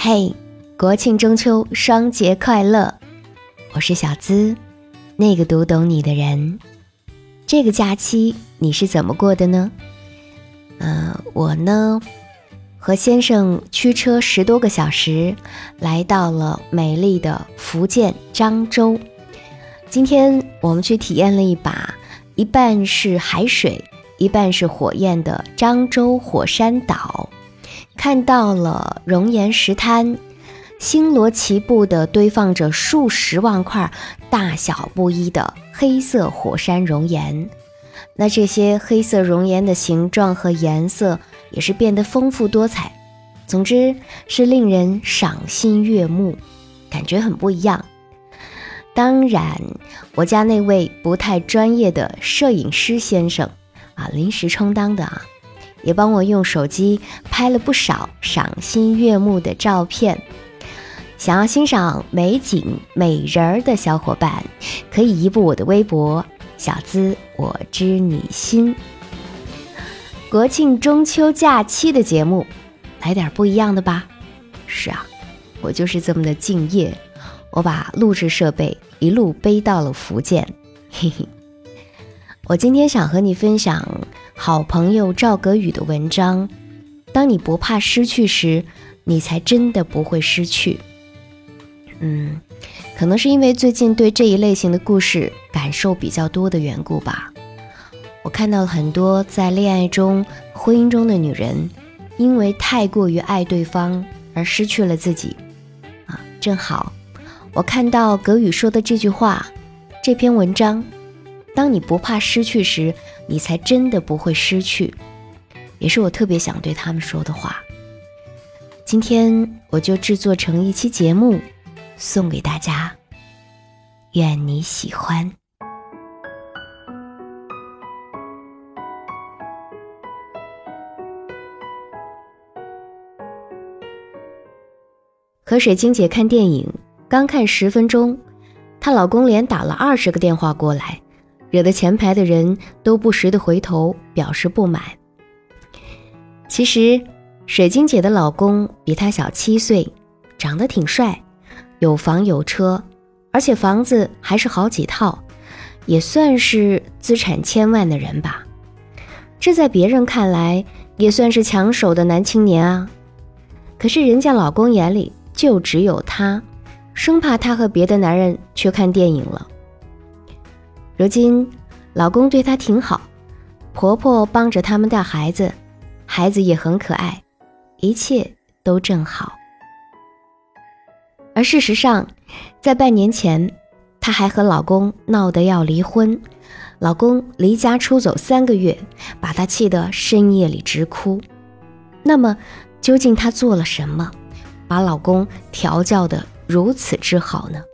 嘿，国庆中秋双节快乐！我是小资，那个读懂你的人。这个假期你是怎么过的呢？我呢，和先生驱车10多个小时，来到了美丽的福建漳州。今天我们去体验了一把一半是海水，一半是火焰的漳州火山岛，看到了熔岩石滩，星罗棋布地堆放着数十万块大小不一的黑色火山熔岩。那这些黑色熔岩的形状和颜色也是变得丰富多彩，总之是令人赏心悦目，感觉很不一样。当然，我家那位不太专业的摄影师先生临时充当的也帮我用手机拍了不少赏心悦目的照片。想要欣赏美景美人儿的小伙伴，可以移步我的微博小资我知你心。国庆中秋假期的节目来点不一样的吧。是啊，我就是这么的敬业，我把录制设备一路背到了福建。嘿嘿，我今天想和你分享好朋友赵格宇的文章，当你不怕失去时，你才真的不会失去。可能是因为最近对这一类型的故事感受比较多的缘故吧。我看到了很多在恋爱中、婚姻中的女人，因为太过于爱对方而失去了自己。正好我看到格宇说的这句话，这篇文章，当你不怕失去时，你才真的不会失去，也是我特别想对他们说的话。今天我就制作成一期节目送给大家，愿你喜欢。和水晶姐看电影，刚看10分钟，她老公连打了20个电话过来，惹得前排的人都不时地回头表示不满。其实水晶姐的老公比她小7岁，长得挺帅，有房有车，而且房子还是好几套，也算是资产千万的人吧。这在别人看来也算是抢手的男青年啊。可是人家老公眼里就只有他，生怕他和别的男人去看电影了。如今老公对她挺好，婆婆帮着他们带孩子，孩子也很可爱，一切都正好。而事实上，在半年前，她还和老公闹得要离婚，老公离家出走3个月，把她气得深夜里直哭。那么究竟她做了什么，把老公调教得如此之好呢？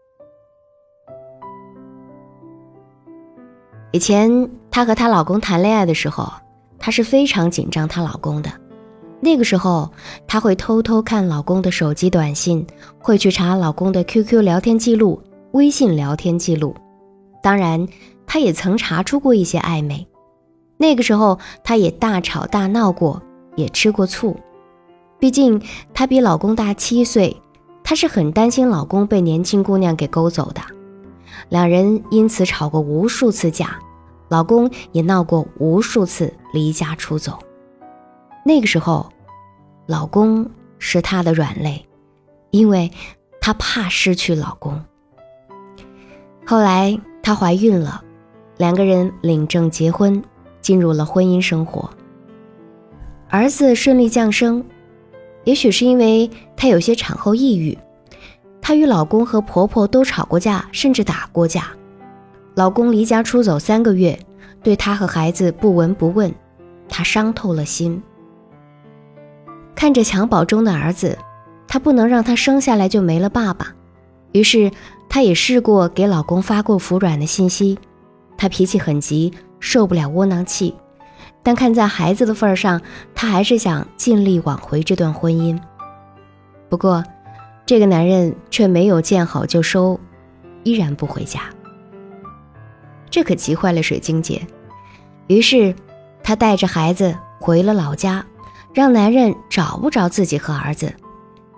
以前她和她老公谈恋爱的时候，她是非常紧张她老公的。那个时候她会偷偷看老公的手机短信，会去查老公的 QQ 聊天记录、微信聊天记录。当然她也曾查出过一些暧昧。那个时候她也大吵大闹过，也吃过醋。毕竟她比老公大7岁，她是很担心老公被年轻姑娘给勾走的。两人因此吵过无数次架，老公也闹过无数次离家出走。那个时候老公是她的软肋，因为她怕失去老公。后来她怀孕了，2个人领证结婚，进入了婚姻生活。儿子顺利降生，也许是因为她有些产后抑郁，她与老公和婆婆都吵过架，甚至打过架。老公离家出走3个月，对她和孩子不闻不问，她伤透了心。看着襁褓中的儿子，她不能让他生下来就没了爸爸，于是她也试过给老公发过服软的信息。她脾气很急，受不了窝囊气，但看在孩子的份上，她还是想尽力挽回这段婚姻。不过这个男人却没有见好就收，依然不回家。这可急坏了水晶姐，于是她带着孩子回了老家，让男人找不着自己和儿子。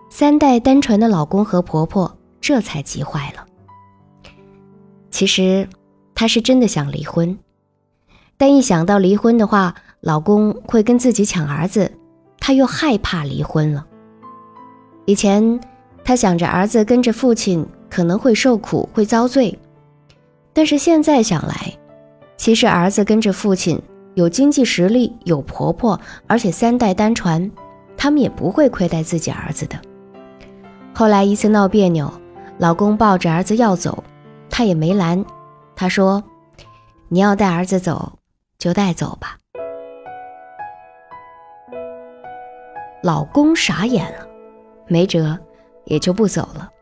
3代单传的老公和婆婆这才急坏了。其实她是真的想离婚，但一想到离婚的话，老公会跟自己抢儿子，她又害怕离婚了。以前她想着儿子跟着父亲可能会受苦，会遭罪，但是现在想来，其实儿子跟着父亲有经济实力，有婆婆，而且3代单传，他们也不会亏待自己儿子的。后来一次闹别扭，老公抱着儿子要走，他也没拦，他说：“你要带儿子走就带走吧。”老公傻眼了，没辙，也就不走了。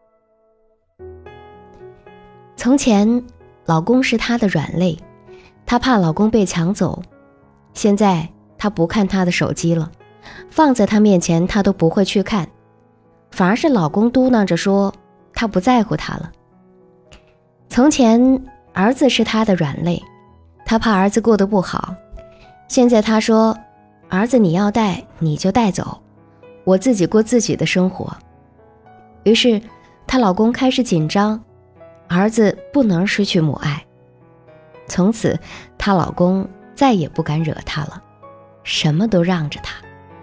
从前老公是她的软肋，她怕老公被抢走，现在她不看他的手机了，放在他面前她都不会去看，反而是老公嘟囔着说他不在乎她了。从前儿子是她的软肋，她怕儿子过得不好，现在她说儿子你要带你就带走，我自己过自己的生活。于是她老公开始紧张，儿子不能失去母爱。从此她老公再也不敢惹她了，什么都让着她。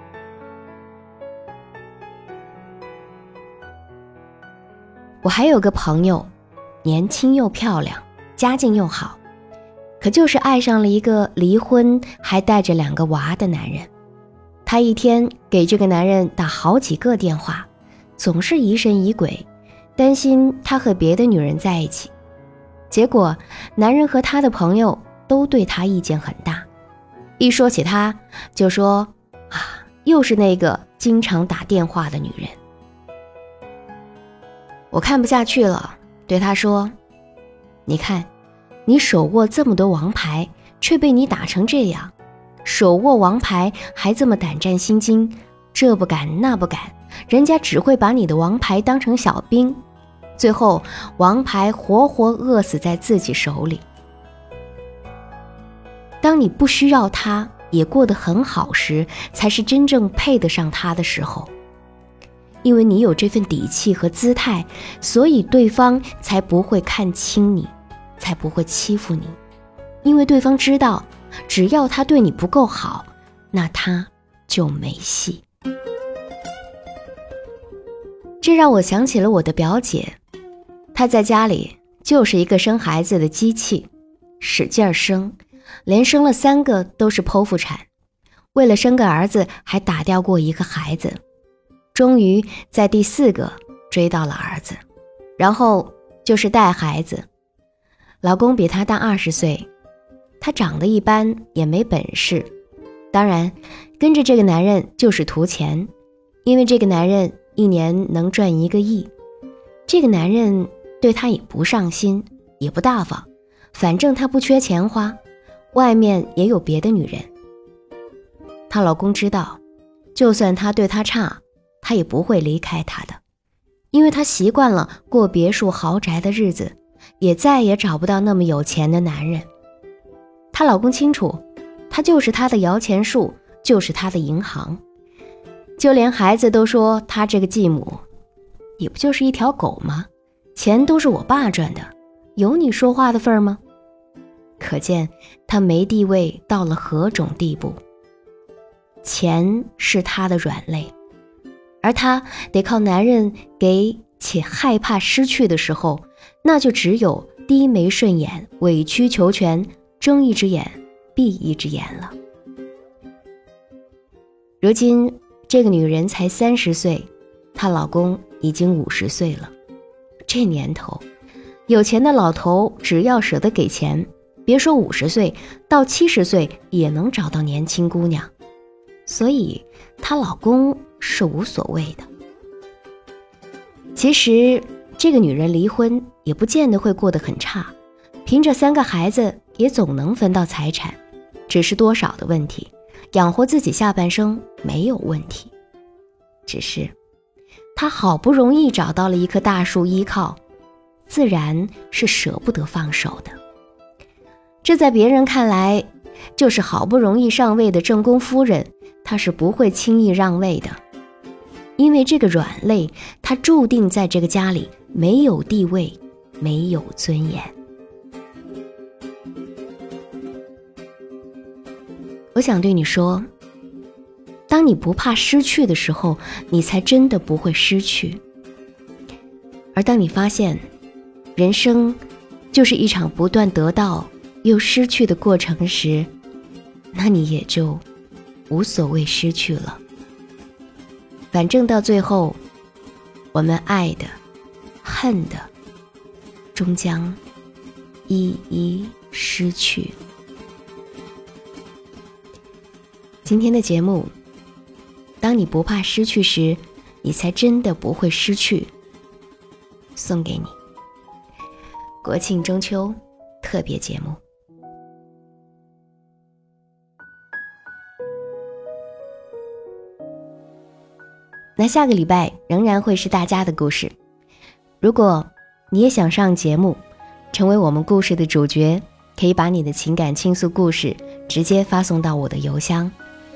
我还有个朋友，年轻又漂亮，家境又好，可就是爱上了一个离婚还带着2个娃的男人。她一天给这个男人打好几个电话，总是疑神疑鬼，担心他和别的女人在一起。结果男人和他的朋友都对他意见很大，一说起他就说又是那个经常打电话的女人。我看不下去了，对他说：“你看，你手握这么多王牌，却被你打成这样，手握王牌还这么胆战心惊，这不敢那不敢，人家只会把你的王牌当成小兵，最后王牌活活饿死在自己手里。当你不需要他也过得很好时，才是真正配得上他的时候。因为你有这份底气和姿态，所以对方才不会看轻你，才不会欺负你。因为对方知道，只要他对你不够好，那他就没戏。”这让我想起了我的表姐，她在家里就是一个生孩子的机器，使劲生，连生了3个都是剖腹产，为了生个儿子还打掉过一个孩子，终于在第4个追到了儿子，然后就是带孩子。老公比她大20岁，她长得一般，也没本事，当然跟着这个男人就是图钱，因为这个男人1年能赚1个亿。这个男人对她也不上心，也不大方，反正他不缺钱花，外面也有别的女人。她老公知道，就算他对她差，他也不会离开她的，因为他习惯了过别墅豪宅的日子，也再也找不到那么有钱的男人。她老公清楚，他就是他的摇钱树，就是他的银行。就连孩子都说他这个继母，也不就是一条狗吗？钱都是我爸赚的，有你说话的份儿吗？可见他没地位到了何种地步。钱是他的软肋，而他得靠男人给，且害怕失去的时候，那就只有低眉顺眼，委曲求全，睁一只眼闭一只眼了。如今这个女人才30岁，她老公已经50岁了。这年头，有钱的老头只要舍得给钱，别说50岁，到70岁也能找到年轻姑娘，所以她老公是无所谓的。其实这个女人离婚也不见得会过得很差，凭着3个孩子也总能分到财产，只是多少的问题，养活自己下半生没有问题。只是她好不容易找到了一棵大树依靠，自然是舍不得放手的。这在别人看来，就是好不容易上位的正宫夫人，她是不会轻易让位的。 因为这个软肋，他注定在这个家里没有地位，没有尊严。我想对你说，当你不怕失去的时候，你才真的不会失去。而当你发现人生就是一场不断得到又失去的过程时，那你也就无所谓失去了。反正到最后，我们爱的、恨的，终将一一失去。今天的节目，当你不怕失去时，你才真的不会失去，送给你国庆中秋特别节目。那下个礼拜仍然会是大家的故事。如果你也想上节目，成为我们故事的主角，可以把你的情感倾诉故事直接发送到我的邮箱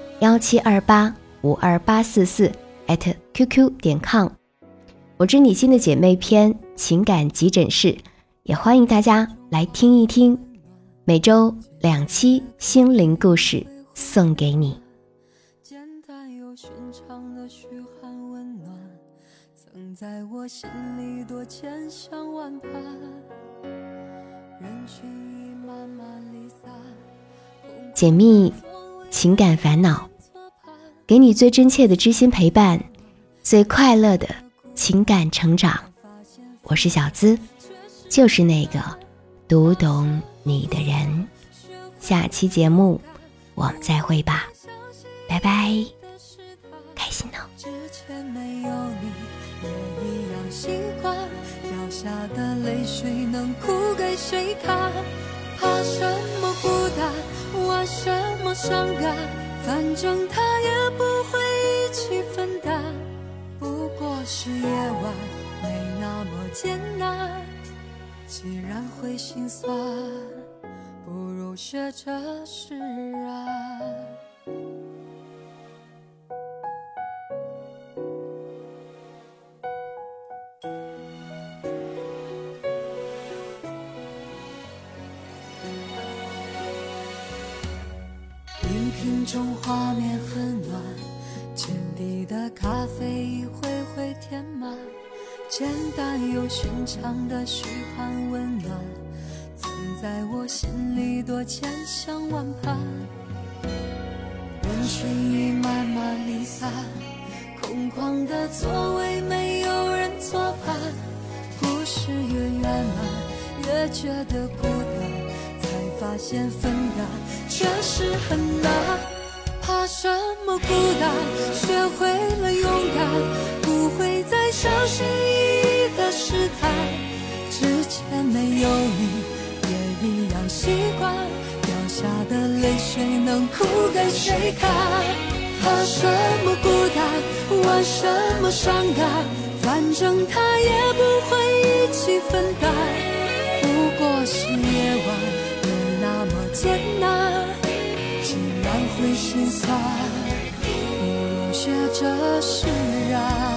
1728-52844@qq.com。我知你心的姐妹篇情感急诊室，也欢迎大家来听一听，每周2期心灵故事送给你。 简单又寻常的嘘寒问暖，曾在我心里多千想万盼。人群已慢慢离散， 解密情感烦恼，给你最真切的知心陪伴，最快乐的情感成长。我是小资，就是那个读懂你的人。下期节目我们再会吧，拜拜，开心哦。 之前没有你也一样习惯，掉下的泪水能哭给谁看？怕什么孤单，玩什么伤感，反正他也不会一起分担。不过是夜晚没那么艰难，既然会心酸，不如学着释然。荧屏中画面很暖，浅底的咖啡一回回填满，简单又寻常的嘘寒问暖，曾在我心里多千想万盼。人群已慢慢离散，空旷的座位没有人作伴，故事越圆满越觉得孤单，才发现分担确实很难。怕什么孤单，学会了勇敢，不会再小心翼翼的试探。之前没有你也一样习惯，掉下的泪水能哭给谁看？怕什么孤单，玩什么伤感，反正他也不会一起分担。不过是夜晚没那么艰难，既然会心酸，不如学着释然。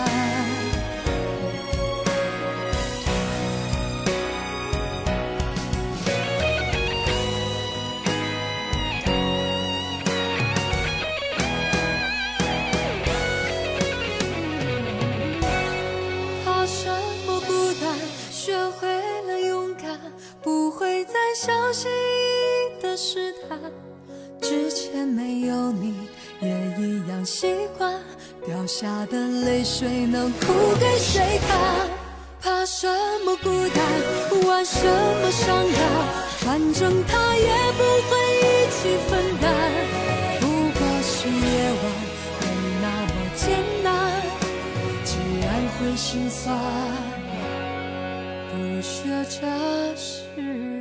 怕什么孤单，学会了勇敢，不会再小心翼翼的试探。之前没有你也一样习惯，掉下的泪水能哭给谁看？怕什么孤单，玩什么伤感，反正他也不会一起分担。不过是夜晚没那么艰难，既然会心酸，不如学着释然。